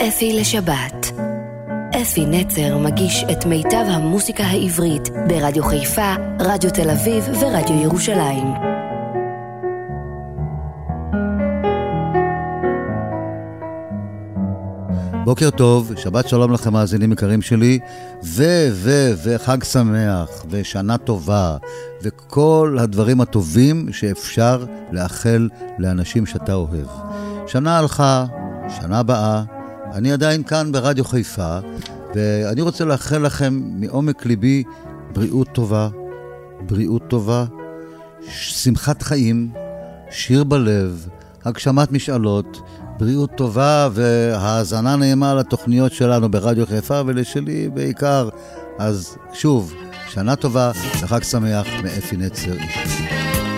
אפי לשבת. אפי נצר מגיש את מיטב המוסיקה העברית ברדיו חיפה, רדיו תל אביב ורדיו ירושלים. בוקר טוב, שבת שלום לכם מאזינים יקרים שלי, וחג שמח, ושנה טובה, וכל הדברים הטובים שאפשר לאחל לאנשים שאתה אוהב. שנה הלכה, שנה באה, אני עדיין כאן ברדיו חיפה, ואני רוצה לאחל לכם מעומק ליבי בריאות טובה, שמחת חיים, שיר בלב, הגשמת משאלות, בריאות טובה והאזנה נעימה לתוכניות שלנו ברדיו חיפה ולשלי בעיקר. אז שוב, שנה טובה וחג שמח מאפי נצר אישי.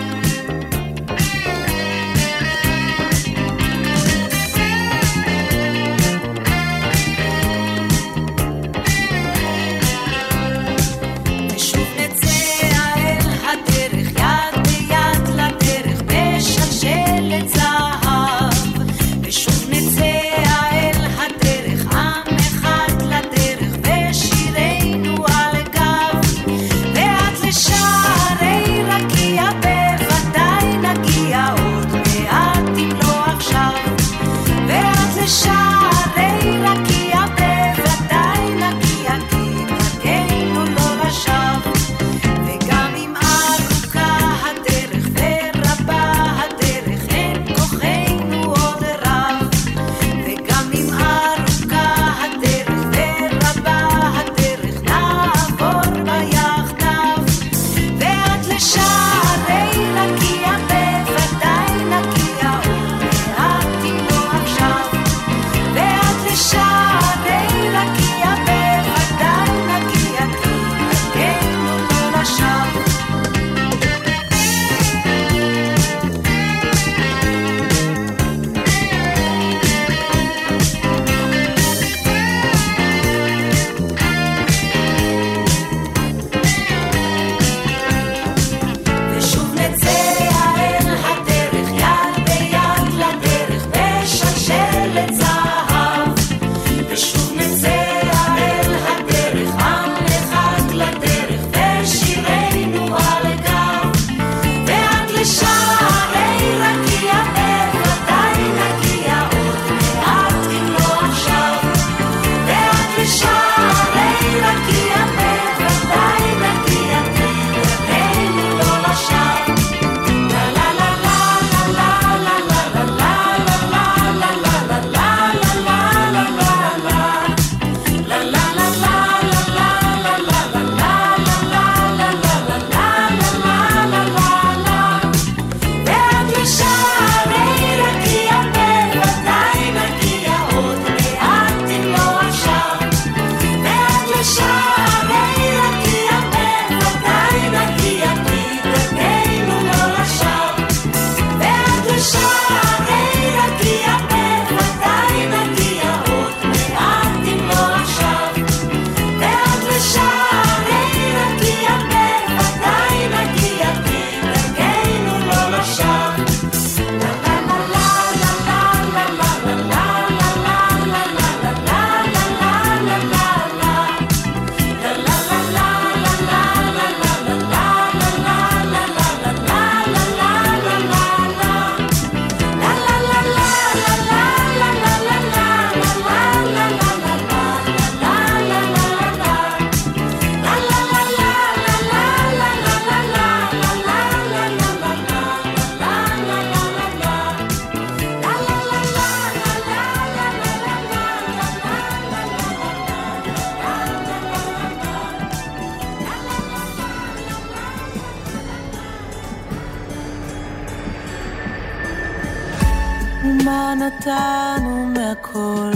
מה נתנו מהכל,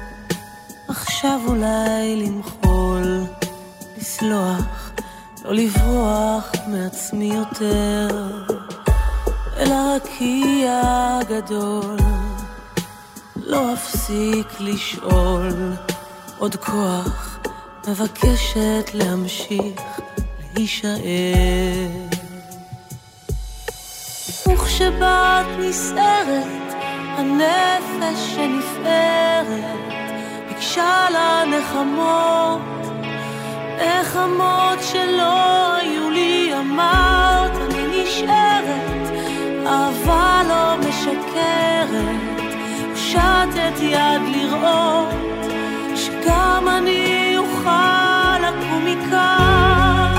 עכשיו אולי למחול, לסלוח, לא לברוח מעצמי יותר, אל הרקיע הגדול, לא אפסיק לשאול, עוד כוח מבקשת להמשיך להישאר. וכשבת נסערת, הנפש שנפערת, ביקשה לה נחמות, נחמות שלא היו לי. אמרת אני נשארת, אהבה לא משקרת. הושטת יד לראות שגם אני אוכל לקום מכאן.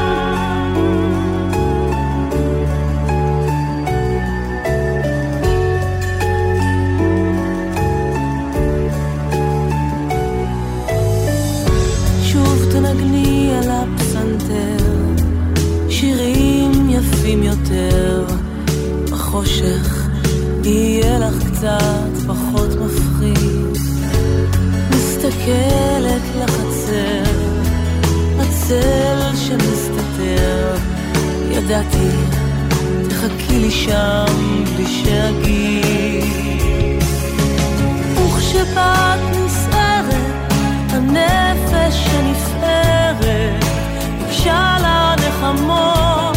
שוב תנגני על הפסנתר שירים יפים יותר, בחושך יהיה לך קצת פחות מפחיד. מסתכלת לחצר, הצל שמסתתר, ידעתי תחכי לי שם בלי שאגיד. וכשבאת נסערת הנפש שנפערת, ביקשה לה נחמות,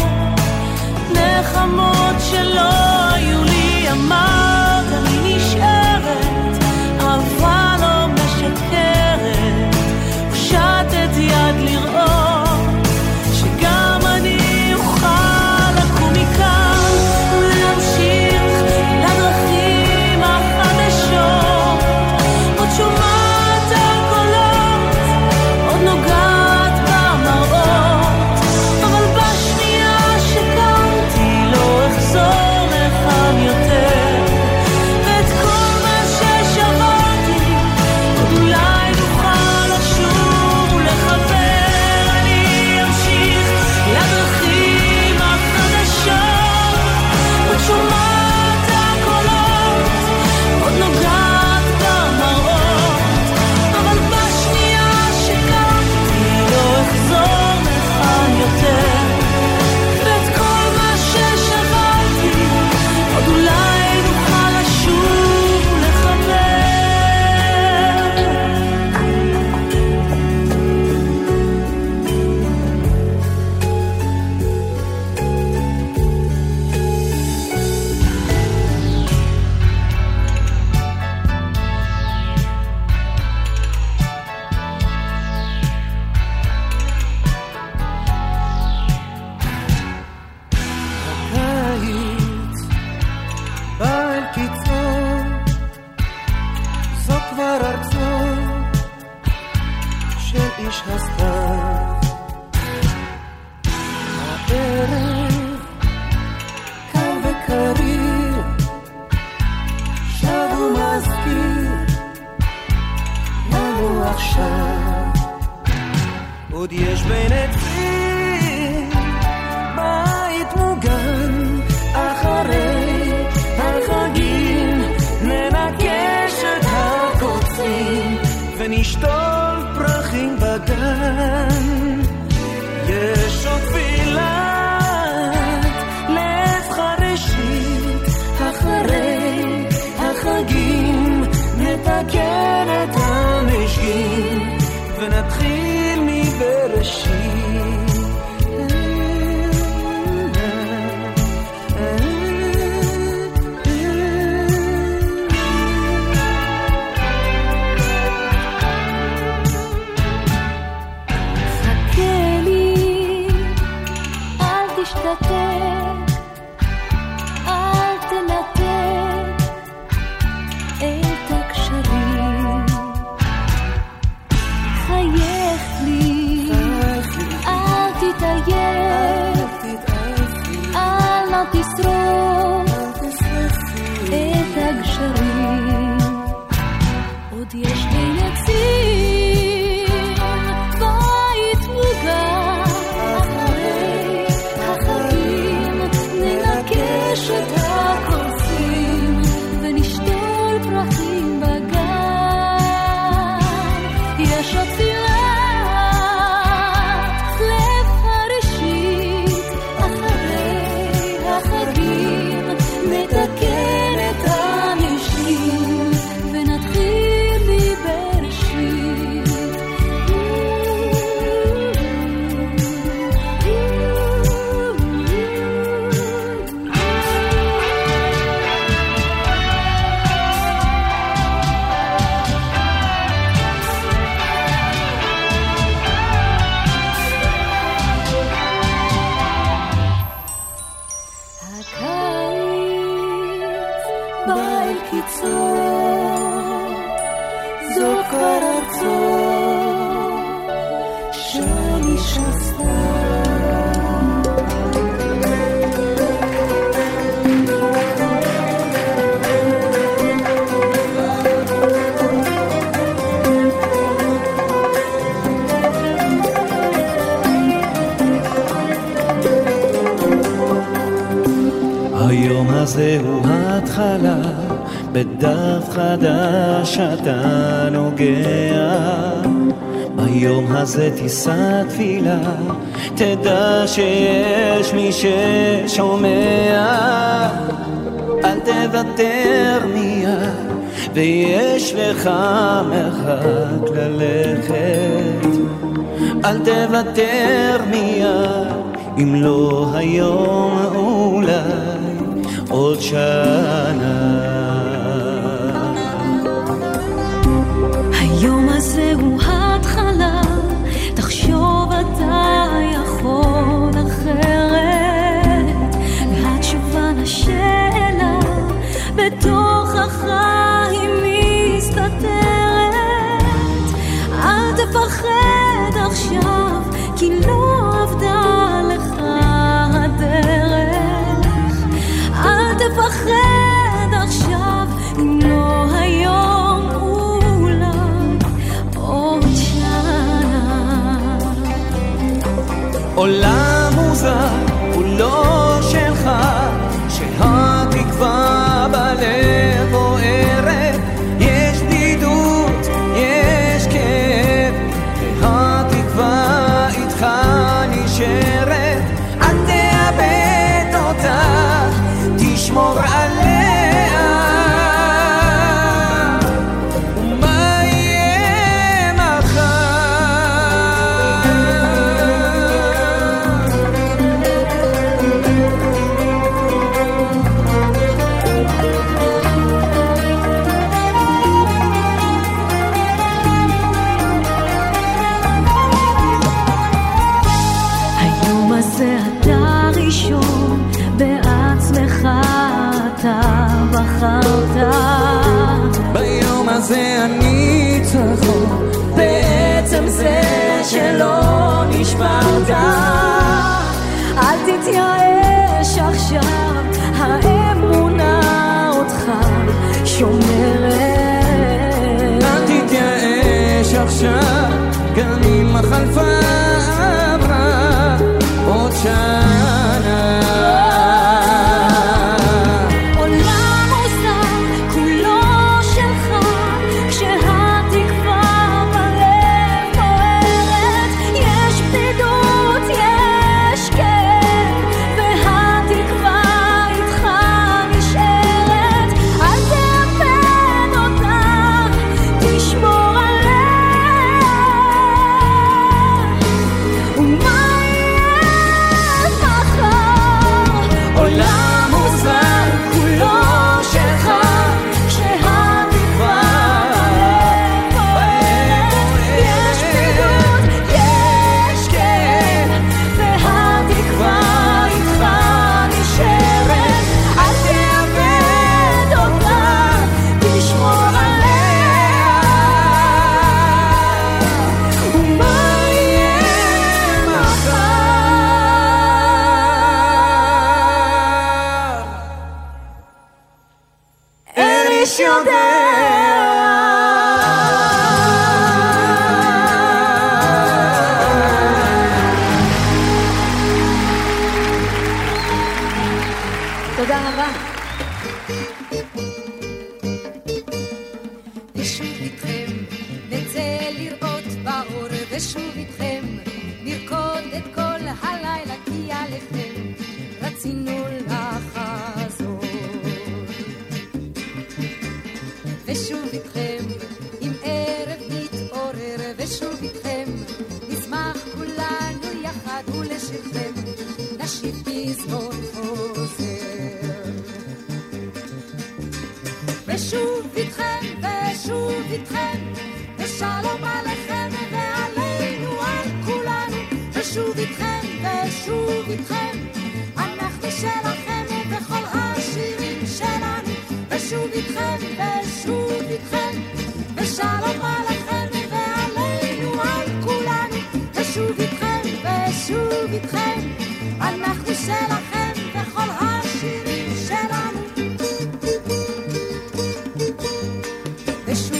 נחמות שלא היו לי. אמרת אני נשארת, אהבה לא משקרת. הושטת יד לראות שגם אני אוכל לקום מכאן ולהמשיך לדרכים החדשות. עוד שומעת הקולות, עוד נוגעת במראות, אבל בשנייה שקמתי לא אחזור לכאן יותר. ואת כל מה ששברתי עוד אולי נוכל לשוב ולחבר. אני אמשיך לדרכים החדשות. עוד שומעת הקולות, עוד נוגעת במראות, אבל בשנייה שקמתי לא אחזור לכאן יותר. ואת כל מה ששברתי עוד אולי נוכל לשוב ולחבר. הקיץ בא אל קיצו, זו כבר ארצו של איש הסתיו. הערב קר וקריר, שב ומזכיר לנו עכשיו. עוד יש בין עצים בית מוגן, אחרי החגים ננקש את הקוצים ונשתול פרחים בגן. יש עוד תפילת לב חרשית, אחרי החגים נתקן את המשגים ונתחיל מבראשית. חכה לי, אל תשתתק, אל תנתק את הקשרים. חייך שלי שסתה. היום הזה הוא התחלה, בדף חדש אתה נוגע. ביום הזה תישא תפילה, תדע שיש מי ששומע. אל תוותר מיד, ויש לך מרחק ללכת. אל תוותר מיד, אם לא היום אולי עוד שנה. היום הזה הוא התחלה, תחשוב אתה יכול אחרת, והתשובה לשאלה בתוך החיים מסתתרת. אל תפחד עכשיו, כי לא עבדה לך הדרך. אל תפחד עכשיו, אם לא היום אולי עוד שנה. עולם מוזר הוא לא שלך, שהתקווה בלב בוערת. יש בדידות, יש כאב, והתקווה איתך נשארת. אל תאבד אותה, תשמור עליה. ומה יהיה היום הזה אתה ראשון, בעצמך אתה בחרת. ביום הזה אני ניצחון, בעצם זה שלא נשברת. אל תתייאש עכשיו, האמונה אותך שומרת. אל תתייאש עכשיו, גם אם החלפה עברה עוד שנה. עולם מוזר כולו שלך, כשהתקווה בלב בוערת. יש בדידות, יש כאב, והתקווה איתך נשארת. אל תאבד אותה, תשמור עליה. ומה יהיה מחר? עולם מוזר כולו שלך, כשהתקווה בלב בוערת. יש בדידות, יש כאב, והתקווה איתך נשארת. אל תאבד אותה, תשמור עליה. ומה יהיה מחר? אין איש יודע. תודה רבה. ושוב איתכם נצא לראות באור, ושוב איתכם נרקוד את כל הלילה, כי עליכם רצינו לחזור. ושוב איתכם עם ערב נתעורר, ושוב איתכם נשמח כולנו יחד, ולשירכם נשיב פזמון חוזר. ושוב איתכם ושוב איתכם, ושלום עליכם ועלינו על כולנו. ושוב איתכם ושוב איתכם, אנחנו שלכם בכל השירים שלנו. ושוב איתכם ושוב איתכם, ושלום עליכם ועלינו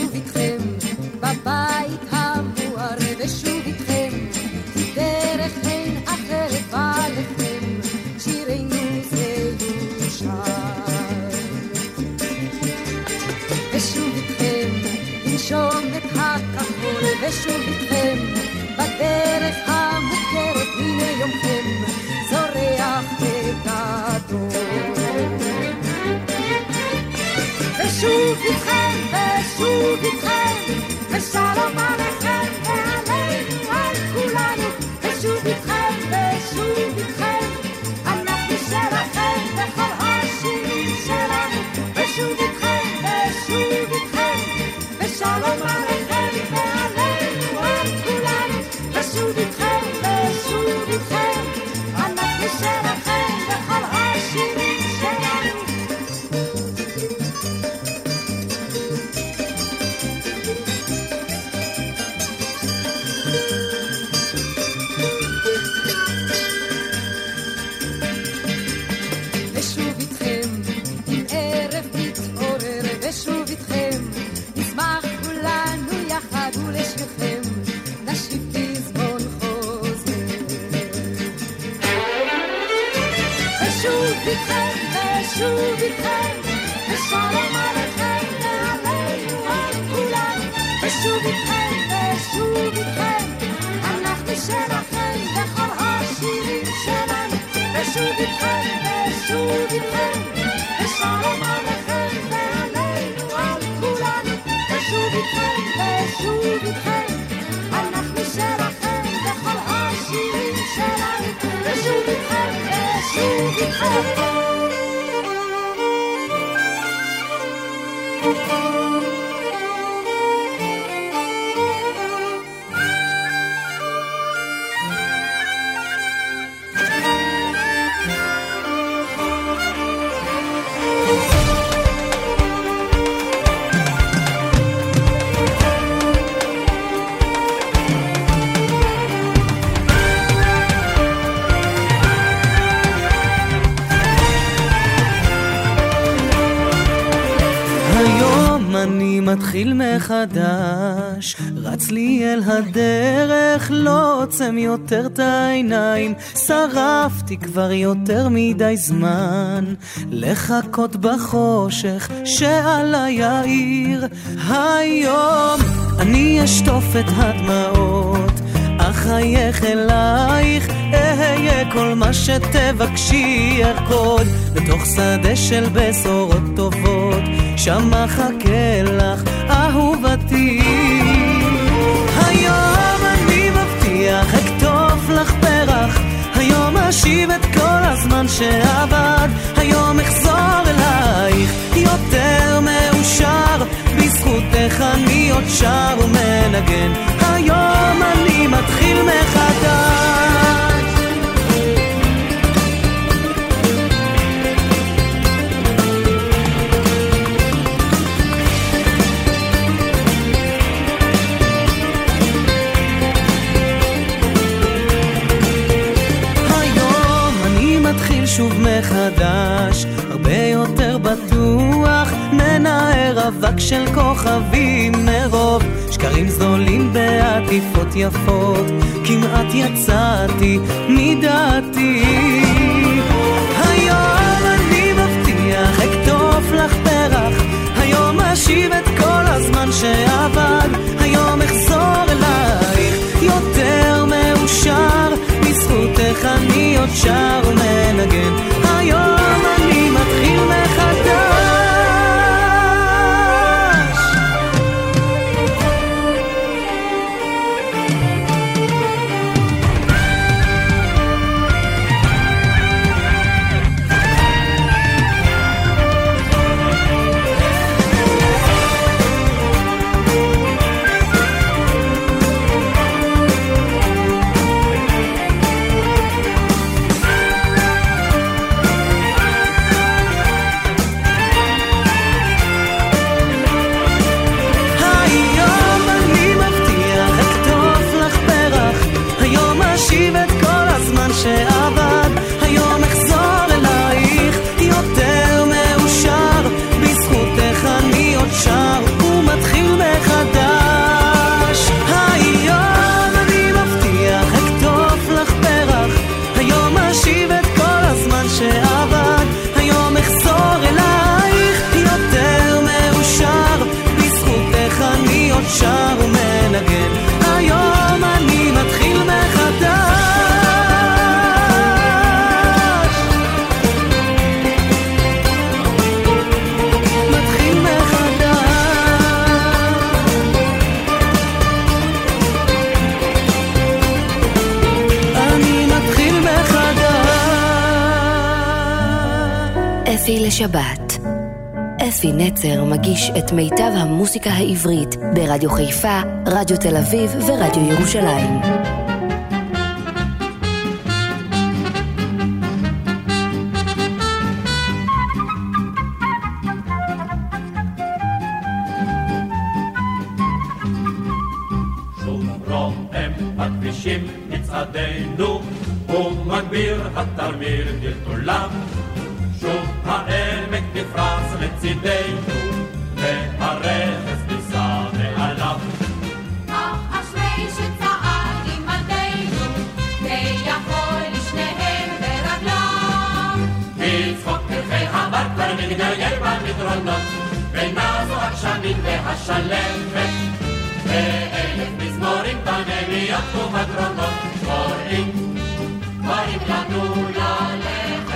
ושוב איתכם בבית המואר, ושוב איתכם כי דרך אין אחרת בעליכם, שירנו זה יושר. ושוב איתכם לנשום את הכחול, ושוב איתכם בדרך המוכרת, הנה יומכם זורח בגדול. ושוב איתכם ושוב איתכם, ושלום עליכם ועלינו על כולנו. ושוב איתכם ושוב איתכם, אנחנו שלכם בכל השירים שלנו. ושוב איתכם ושוב איתכם, ושלום עליכם ועלינו על כולנו. ושוב איתכם ושוב איתכם, אנחנו שלכם בכל השירים שלנו. ושוב איתכם עם ערב מתעורר, ושוב איתכם נשמח כולנו יחד ולשירכם נשיב פזמון חוזר. ושוב איתכם ושוב איתכם, ושלום עליכם ועלינו על כולנו. ושוב איתכם ושוב איתכם, אנחנו שלכם בכל השירים שלנו. ושוב איתכם ושוב איתכם, ושלום עליכם ועלינו על כולנו. ושוב איתכם ושוב איתכם, אנחנו שלכם בכל השירים שלנו. ושוב איתכם ושוב איתכם. אני מתחיל מחדש, רץ לי אל הדרך, לא עוצם יותר את העיניים. שרפתי כבר יותר מדי זמן לחכות בחושך שעלי יאיר. היום אני אשטוף את הדמעות, אחייך אלייך, אהיה כל מה שתבקשי ארקוד בתוך שדה של בשורות טובות, שם מחכה לך אהובתי. היום אני מבטיח אכתוב לך פרח, היום אשיב את כל הזמן שעבד. היום אחזור אלייך יותר מאושר, בזכותך אני עוד שר ומנגן. היום אני מתחיל מחדש. שוב מחדש, הרבה יותר בטוח, מנער אבק של כוכבים מרוב שקרים זולים בעטיפות יפות, כמעט יצאתי מדעתי. היום אני מבטיח אכתוב לך פרח, היום אשיב את כל הזמן שעבד. היום אחזור אלייך יותר מאושר, בזכותך אני עוד שר ומנגן. היום אני מתחיל מחדש. יופי לשבת. אפי נצר מגיש את מיטב המוסיקה העברית ברדיו חיפה, רדיו תל אביב ורדיו ירושלים. בכבישים מצעדינו ומגביר התרמיר גלגולם. שוב העמק נפרץ לצידנו והרכס ניסה מעליו. אך אשרי שצעד עמדנו ויכול לשניהם ברגליו. לצחוק פרחי הבר כבר מתגלגל במדרונות ונעזו הגשמים והשלפת ואלף מזמורים בנביות ובגרונות קוראים לנו ללכת.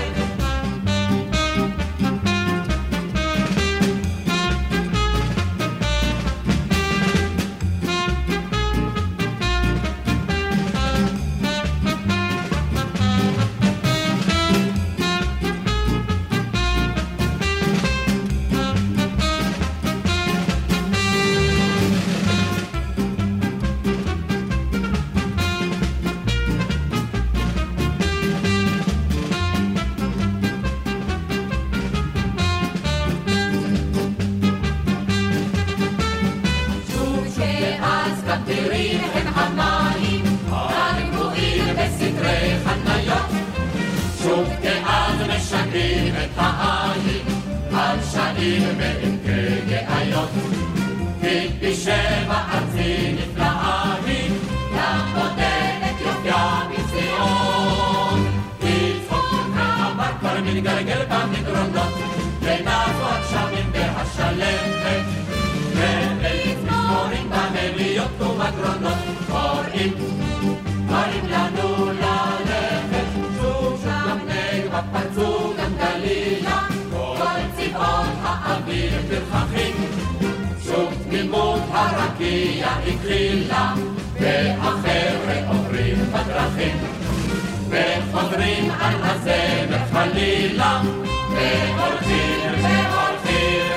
משגרים את העין על שעיר בעמקי גאיות. כי בשבע ארצי נפלאה היא למודד את יופיה בציון. כי צחוק פרחי הבר כבר מתגלגל במדרונות ונעזו הגשמים והשלפת ואלף מזמורים בנביות ובגרונות קוראים לנו ללכת. שוב גם נגבה פרצו גם גלילה כל צבאות האוויר פרחחים. שוב תמימות הרקיע הכלילה והחבר'ה עוברים בדרכים וחוזרים על הזמר חלילה והולכים והולכים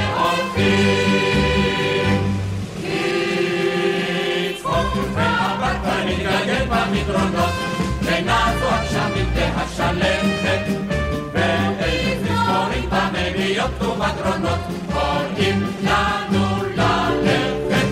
והולכים. כי צחוק פרחי הבר כבר מתגלגל במדרונות ונעזו הגשמים והשלכת ואלף מזמורים בנביות ובגרונות קוראים לנו ללכת.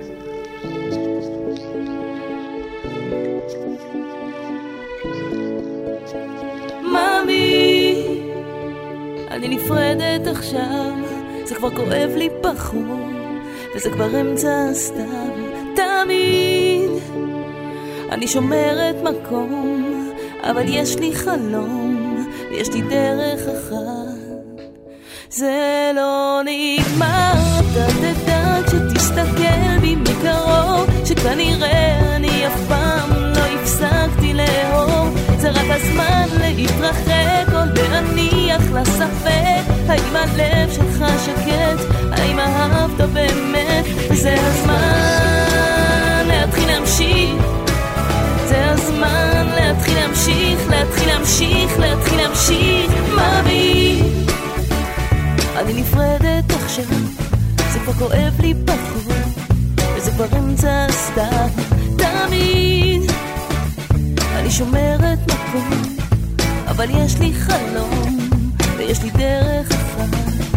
ממי, אני נפרדת עכשיו, זה כבר כואב לי פחות וזה כבר אמצע הסתיו. תמיד אני שומרת מקום, אבל יש לי חלום ויש לי דרך אחת. זה לא נגמר, אתה תדע כשתסתכל בי מקרוב שכנראה אני אף פעם לא הפסקתי לאהוב. זה רק הזמן להתרחק או להניח לספק האם הלב שלך שקט, האם אהבת באמת. זה הזמן להתחיל להמשיך, זה הזמן להתחיל להמשיך, להתחיל להמשיך, להתחיל להמשיך. ממי, אני נפרדת עכשיו, זה כבר כואב לי פחות וזה כבר אמצע הסתיו. תמיד אני שומרת מקום, אבל יש לי חלום ויש לי דרך אחת.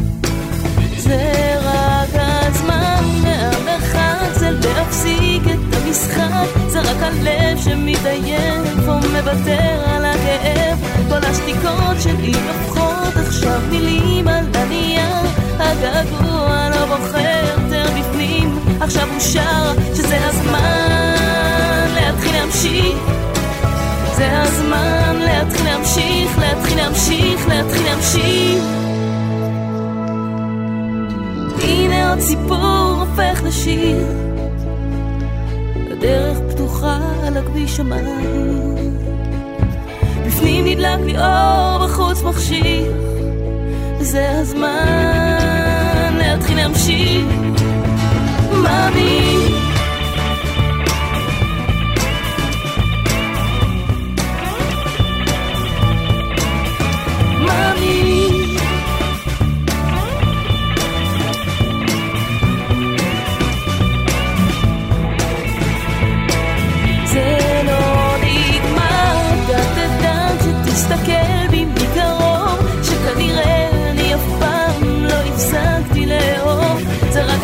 זה רק הזמן מהמרחק, זה להפסיק את המשחק, זה רק הלב שמתעייף או מוותר על הכאב. כל השתיקות שלי הופכות עכשיו מילים על הנייר, הגעגוע לא בוחר יותר בפנים, עכשיו הוא שר שזה הזמן להתחיל להמשיך. זה הזמן להתחיל להמשיך, להתחיל להמשיך, להתחיל להמשיך. הנה עוד סיפור הופך לשיר, הדרך פתוחה על הכביש המים, בפנים נדלק לי אור בחוץ מחשיך. זה הזמן להתחיל להמשיך. ממי, ממי,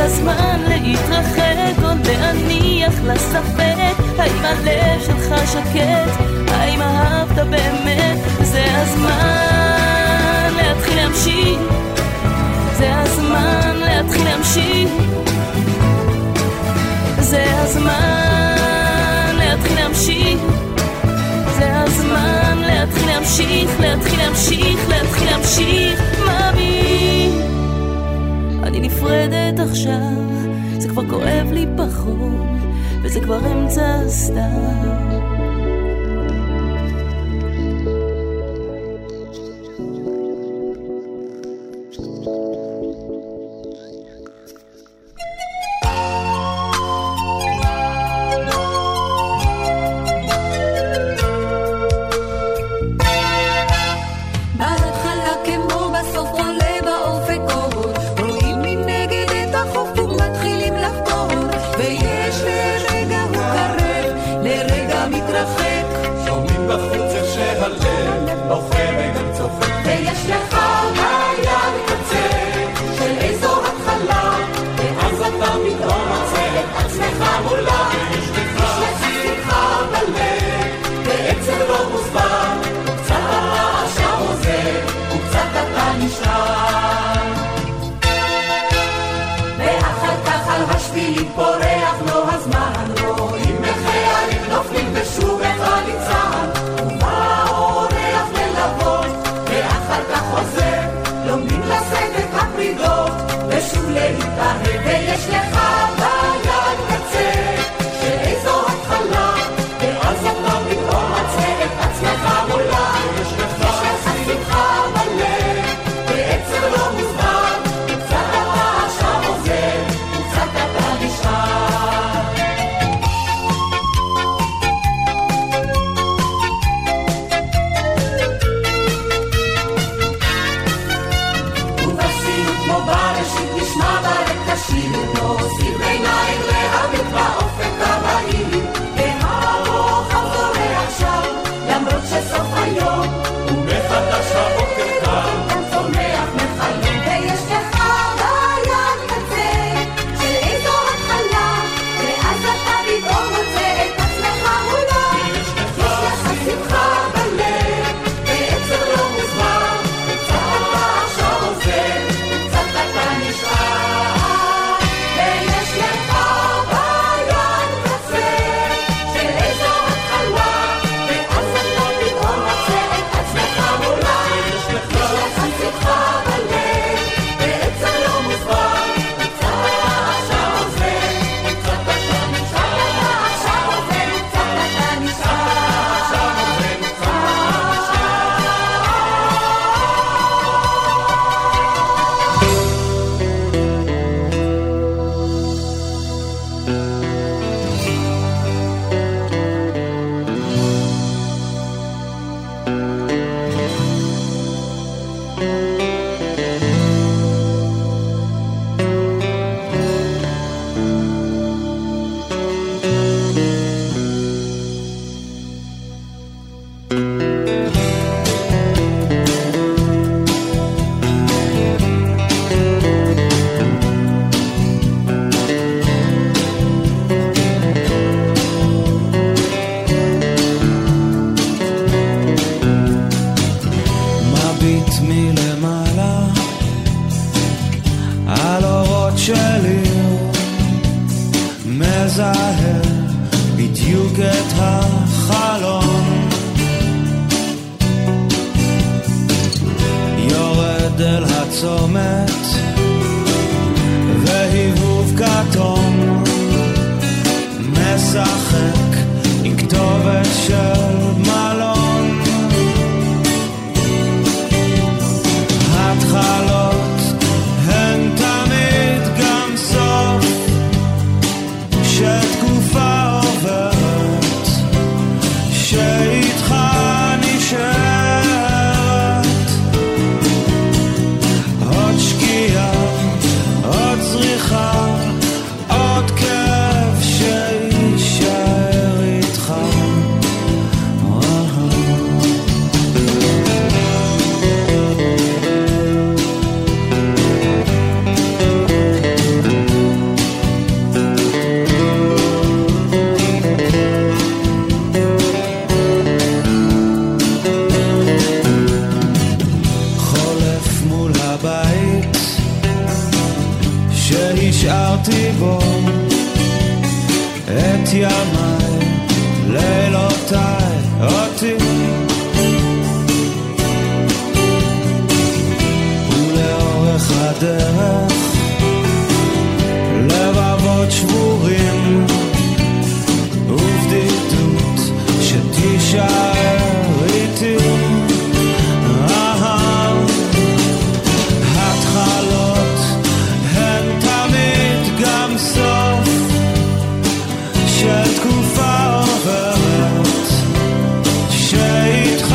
הזמן להתרחק, עוד להניח לספק, האם הלב שלך שקט, האם אהבת באמת. זה הזמן להתחיל להמשיך, זה הזמן להתחיל להמשיך, זה הזמן להתחיל להמשיך, זה הזמן להתחיל להמשיך, להתחיל להמשיך, להתחיל להמשיך. מאמי, אני נפרדת עכשיו, זה כבר כואב לי פחות, וזה כבר אמצע הסתיו. את ימיי, לילותיי, אותי ולאורך הדרך לבבות שבורים ובדידות שתישאר איתי. התחלות הן תמיד גם סוף של תקופה עוברת שאיתך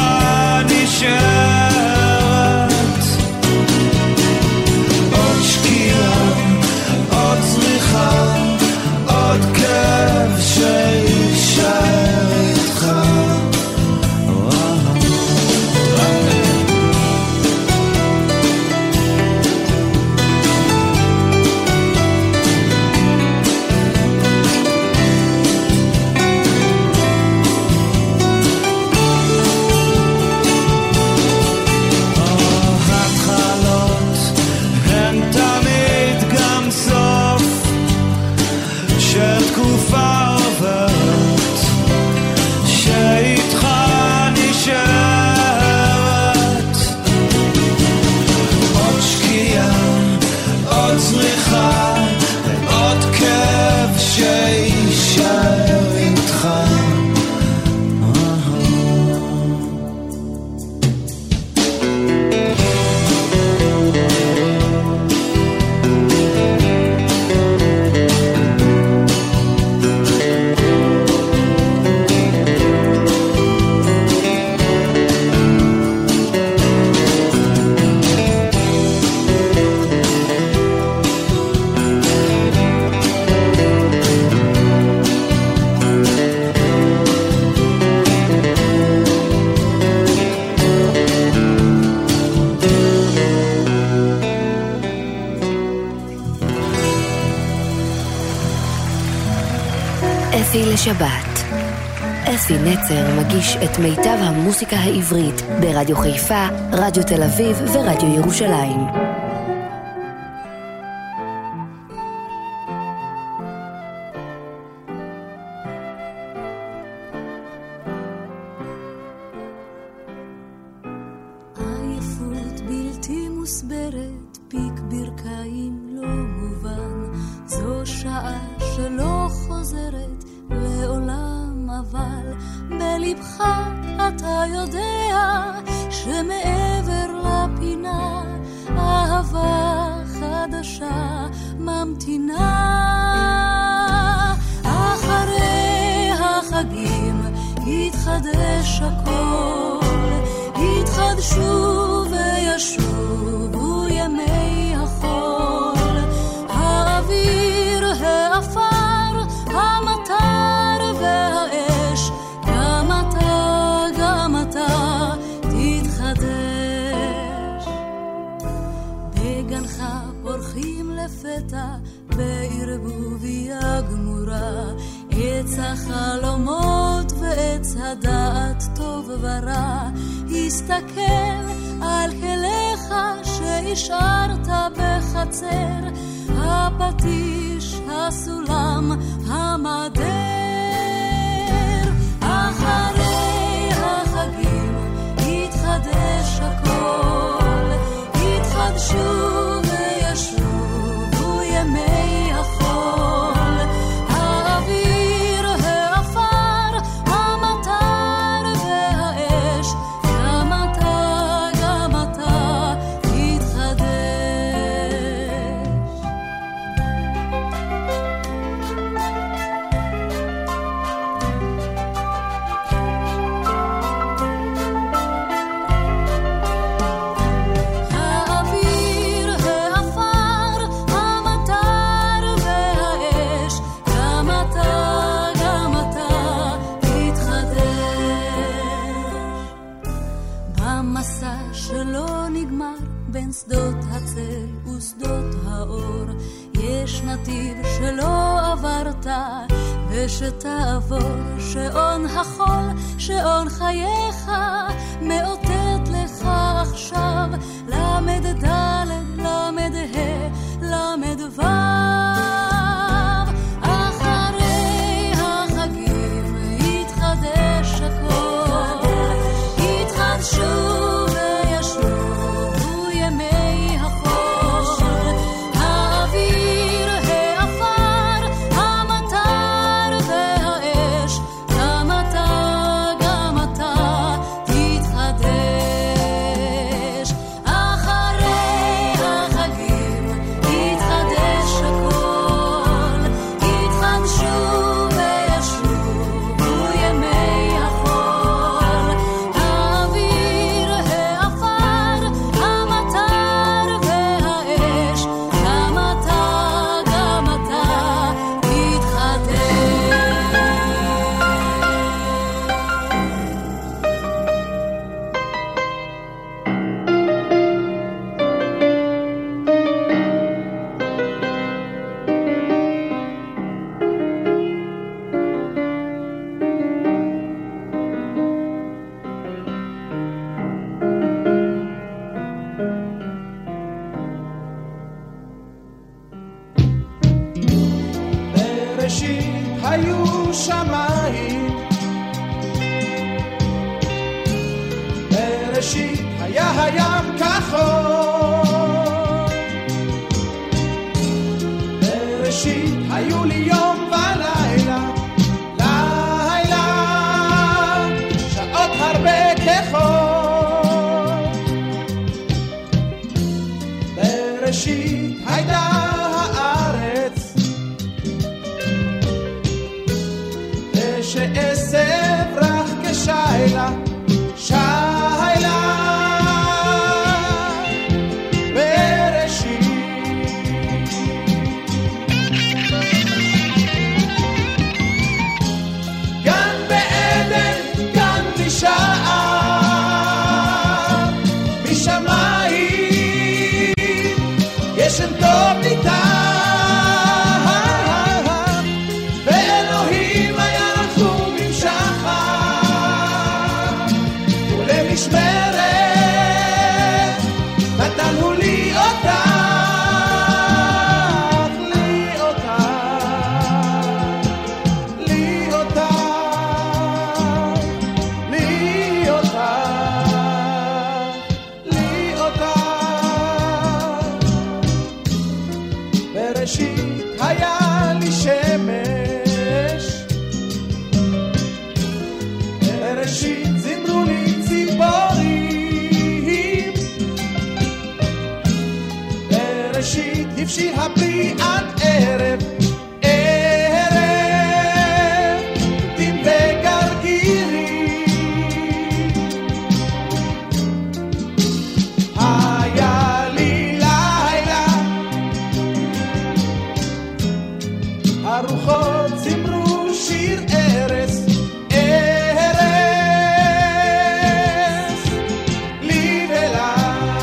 נשארת. עוד שקיעה, עוד צריכה, עוד כאב שישאר איתך. אפי לשבת. אפי נצר מגיש את מיטב המוסיקה העברית ברדיו חיפה, רדיו תל אביב ורדיו ירושלים. עייפות בלתי מוסברת, פיק ברכיים לא מובן, זו שעה שלא חוזרת לעולם, אבל בלבך אתה יודע שמעבר לפינה אהבה חדשה ממתינה. אחרי החגים יתחדש הכל, יתחדשו וישובו ימי החול, האוויר, האפר, המטר והאש, גם אתה תתחדש. בגנך פורחים לפתע בערבוביה גמורה, עץ החלומות ועץ הדעת טוב ורע, הסתכל על כליך שהשארת בחצר, הפטיש, הסולם, המדר. אחרי החגים יתחדש הכל, יתחדשו וישובו ימי החול, האוויר, האפר, המטר והאש, גם אתה תתחדש. שדות הצל ושדות האור, יש נתיב שלא עברת ושתעבור, שעון החול, שעון חייך מאותת לך עכשיו, למד ד' למד ה' למד ו'. אחרי היו שמיים, בראשית היה הים כחול, בראשית היו לי יום ולילה, לילה שעות הרבה כחול, בראשית הייתה הארץ ושעשב רך כשיילה, שיילה בראשית. גן בעדן, גן נשאר משמיים, גשם טוב ניתן, ואלוהים היה רחום עם שחר, ולמשמרת נתנו לי אותך, לי אותך, לי אותך, לי אותך, לי אותך. בראשית היה לי שמש, בראשית זמרו לי ציפורים, בראשית הבשיל הפרי עד ערב, ערב דים וגרגירים, היה לי לילה, הרוחות זמרו שיר ארס, ארס לי ולה.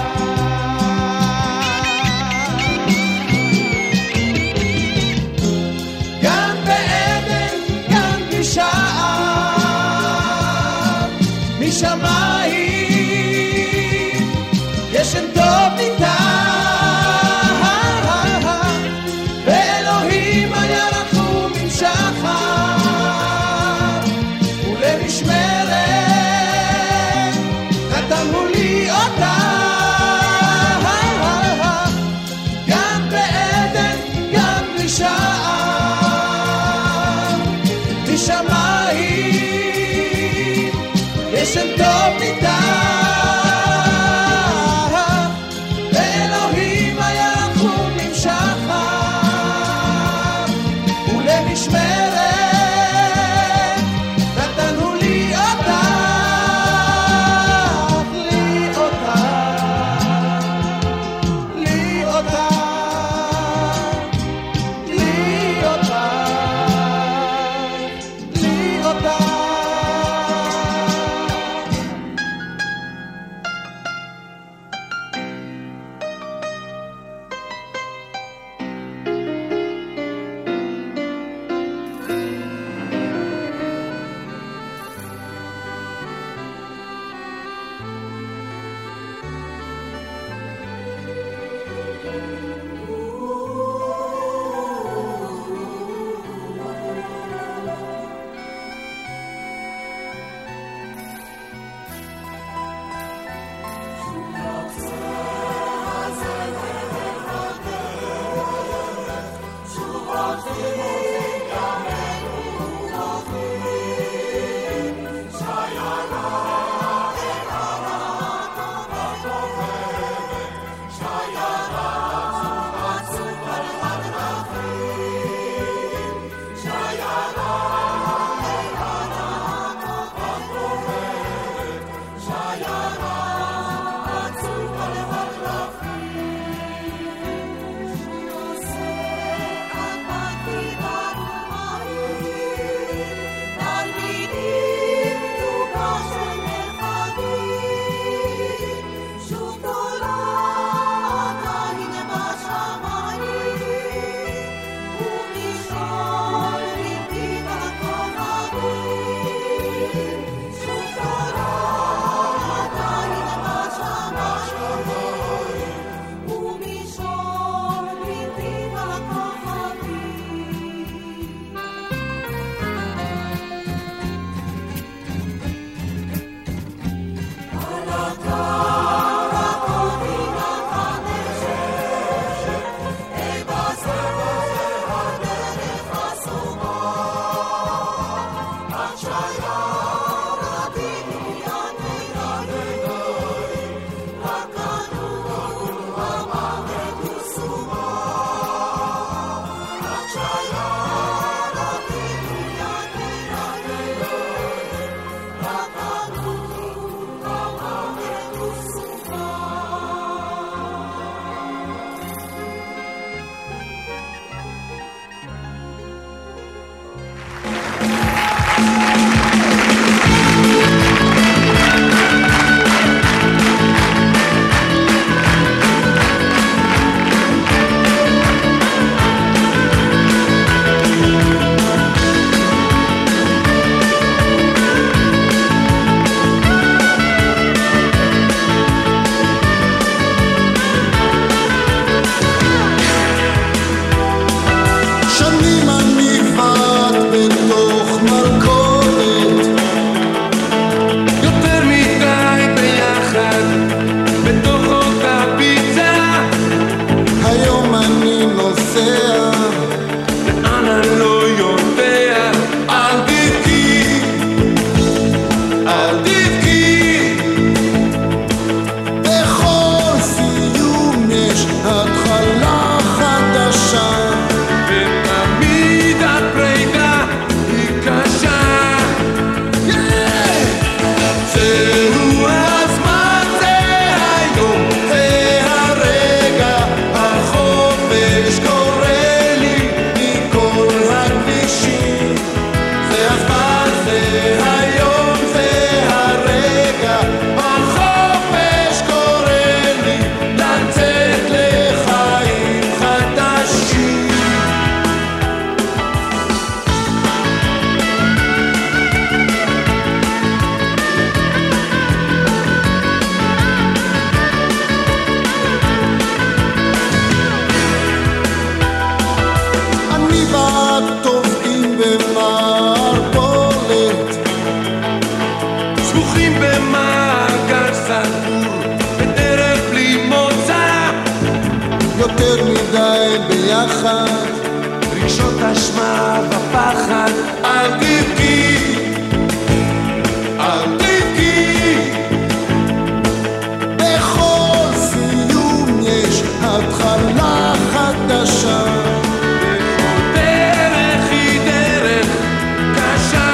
גן בעדן, גן נשאר משמיים, גשם טוב ניתן, ואלוהים היה רחום עם שחר, ולמשמרת נתנו לי אותך. גן בעדן, גן נשאר משמיים, גשם טוב ניתן, ואלוהים היה רחום עם שחר, ולמשמרת נתנו לי אותך, לי אותך, לי אותך, לי אותך, לי במערבולת, סבוכים במעגל סגור, בדרך בלי מוצא, יותר מדי ביחד, רגשות אשמה ופחד. אל תבכי, אל תבכי, בכל סיום יש התחלה חדשה. דרך היא דרך קשה,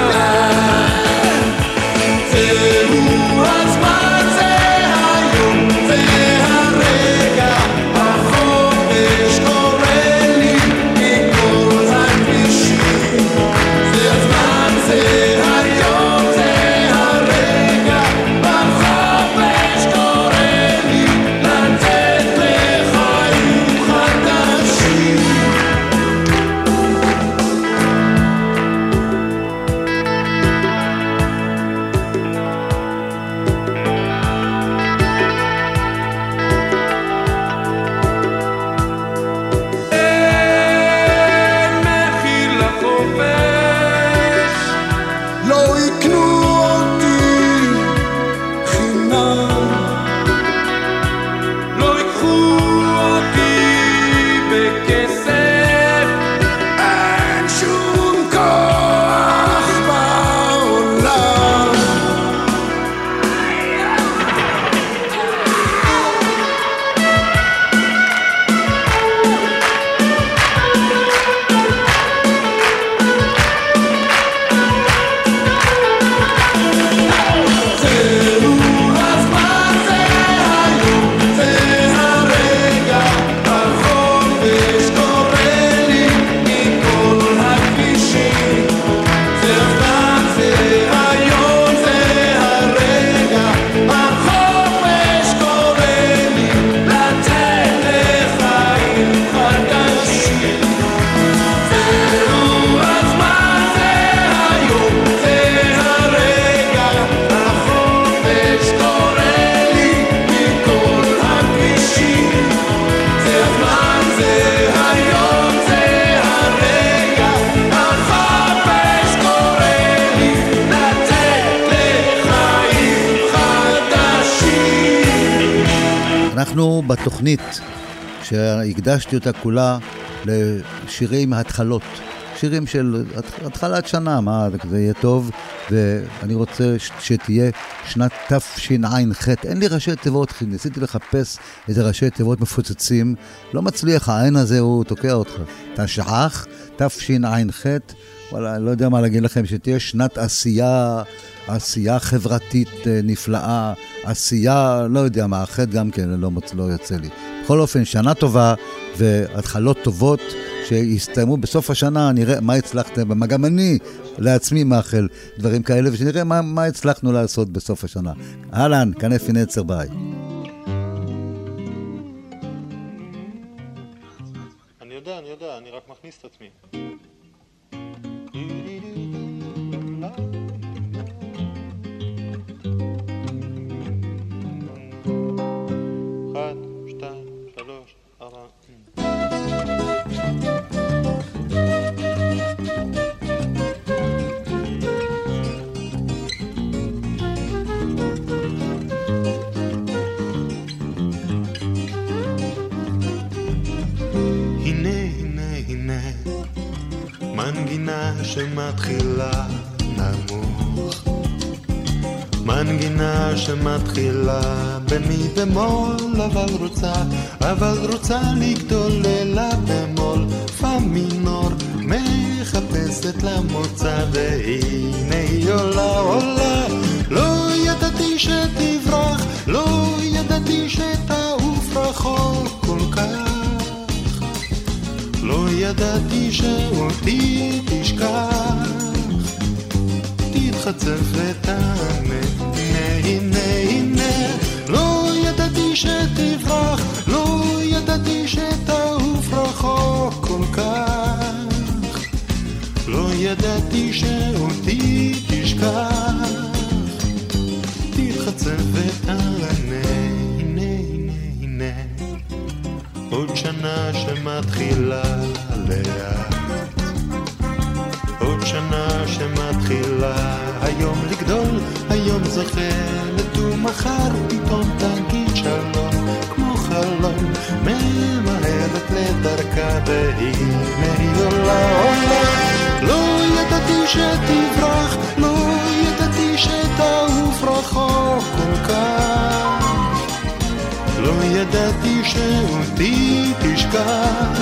זהו הזמן, זה היום, זה הרגע, החופש קורא לי מכל הכבישים. זה הזמן, זה היום, זה הרגע, החופש קורא לי לצאת לחיים חדשים. אין מחיר לחופש, לא יקנו אותי חינם, לא יקחו אותי בכסף, אין שום כוח בעולם. זהו הזמן, זה היום, זה הרגע, החופש קורא לי מכל הכבישים. זה הזמן, זה היום, זה הרגע, החופש קורא לי לצאת לחיים חדשים. זהו הזמן, זה היום, זה הרגע, החופש קורא לי מכל הכבישים. זה הזמן, זה היום, זה הרגע, החופש קורא לי לצאת לחיים חדשים. אנחנו בתוכנית שהקדשתי אותה כולה לשירים התחלות, שירים של התחלת שנה, מה, זה יהיה טוב, ואני רוצה שתהיה שנת תשע"ח. אין לי ראשי תיבות, ניסיתי לחפש איזה ראשי תיבות מפוצצים, לא מצליח, העין הזה הוא תוקע אותך. תשע"ח, תשע"ח, וואלה, אני לא יודע מה להגיד לכם, שתהיה שנת עשייה חברתית נפלאה, עשייה, לא יודע מה, אחת גם כן, לא יוצא לי. בכל אופן, שנה טובה והתחלות טובות שיסתיימו בסוף השנה, נראה מה הצלחתם, גם אני לעצמי מאחל דברים כאלה, ושנראה מה הצלחנו לעשות בסוף השנה. אהלן, כאן אפי נצר, ביי. אני יודע, אני רק מכניס את עצמי. אחד, שתיים, שלוש, ארבע. מנגינה שמתחילה נמוך, מנגינה שמתחילה במי במול, אבל רוצה לגדול לה במול, פה מינור מחפשת למוצא, והנה היא עולה, לא ידעתי שתברח, לא ידעתי שתעוף רחוק כל כך, לא ידעתי שאותי תשכח, תתחצף ותענה, הנה, לא ידעתי שתברח, לא ידעתי שתעוף רחוק כל כך, לא ידעתי שאותי תשכח, תתחצף ותענה, הנה, עוד שנה שמתחילה לאט, היום לגדול, היום זוכרת ומחר פתאום תגיד שלום כמו חלום, ממהרת לדרכה והנה היא עולה עולה. לא ידעתי שתברח, לא ידעתי שתעוף רחוק כל כך, לא ידעתי שאותי תשכח,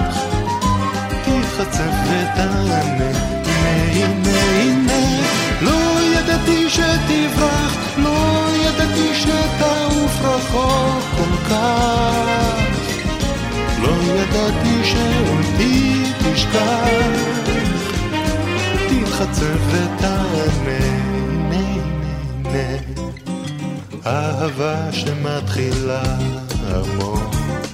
תחצף ותענה, הנה הנה. לא ידעתי שתברח, לא ידעתי שתעוף רחוק כל כך, לא ידעתי שאותי תשכח, תחצף ותענה, הנה הנה. אהבה שמתחילה עמוק,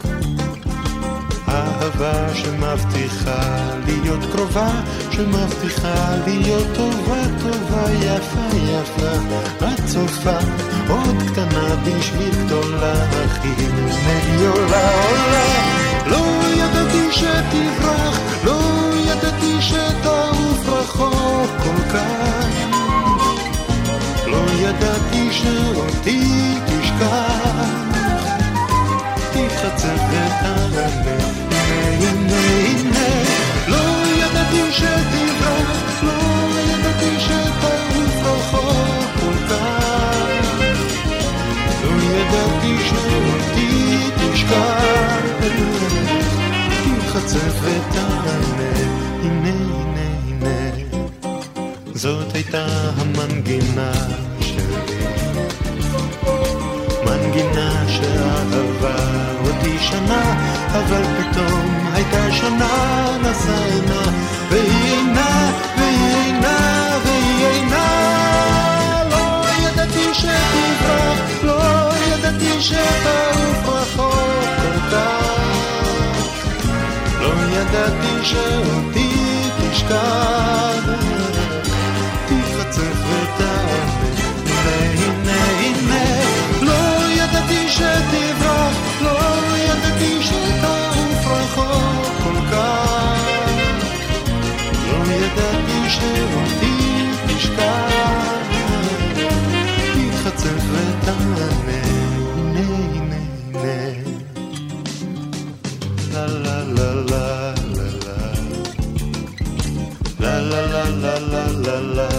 אהבה שמבטיחה להיות קרובה, שמבטיחה להיות טובה טובה, יפה יפה, את סופה עוד קטנה בשביל גדולה, הנה היא עולה עולה. לא ידעתי שתברח, לא ידעתי שתעוף רחוק כל כך, לא ידעתי שאותי תשכח, תחצף ותענה, הנה הנה. לא ידעתי שתברח, לא ידעתי שתעוף רחוק כל כך, לא ידעתי שאותי תשכח, תחצף ותענה, הנה הנה הנה. זאת הייתה המנגינה שלי, מנגינה שאהבה אותי שנה, אבל פתאום הייתה שנה נסענה, והיא אינה, והיא אינה, והיא אינה. לא ידעתי שתברח, לא ידעתי שתעוף רחוק כל כך, לא ידעתי שאותי תשכח, תחצף ותענה, הנה הנה. לא ידעתי שתברח, לא ידעתי שתעוף רחוק כל כך, לא ידעתי שאותי תשכח, תחצף ותענה, הנה הנה הנה. לה לה לה לה לה לה לה לה לה לה לה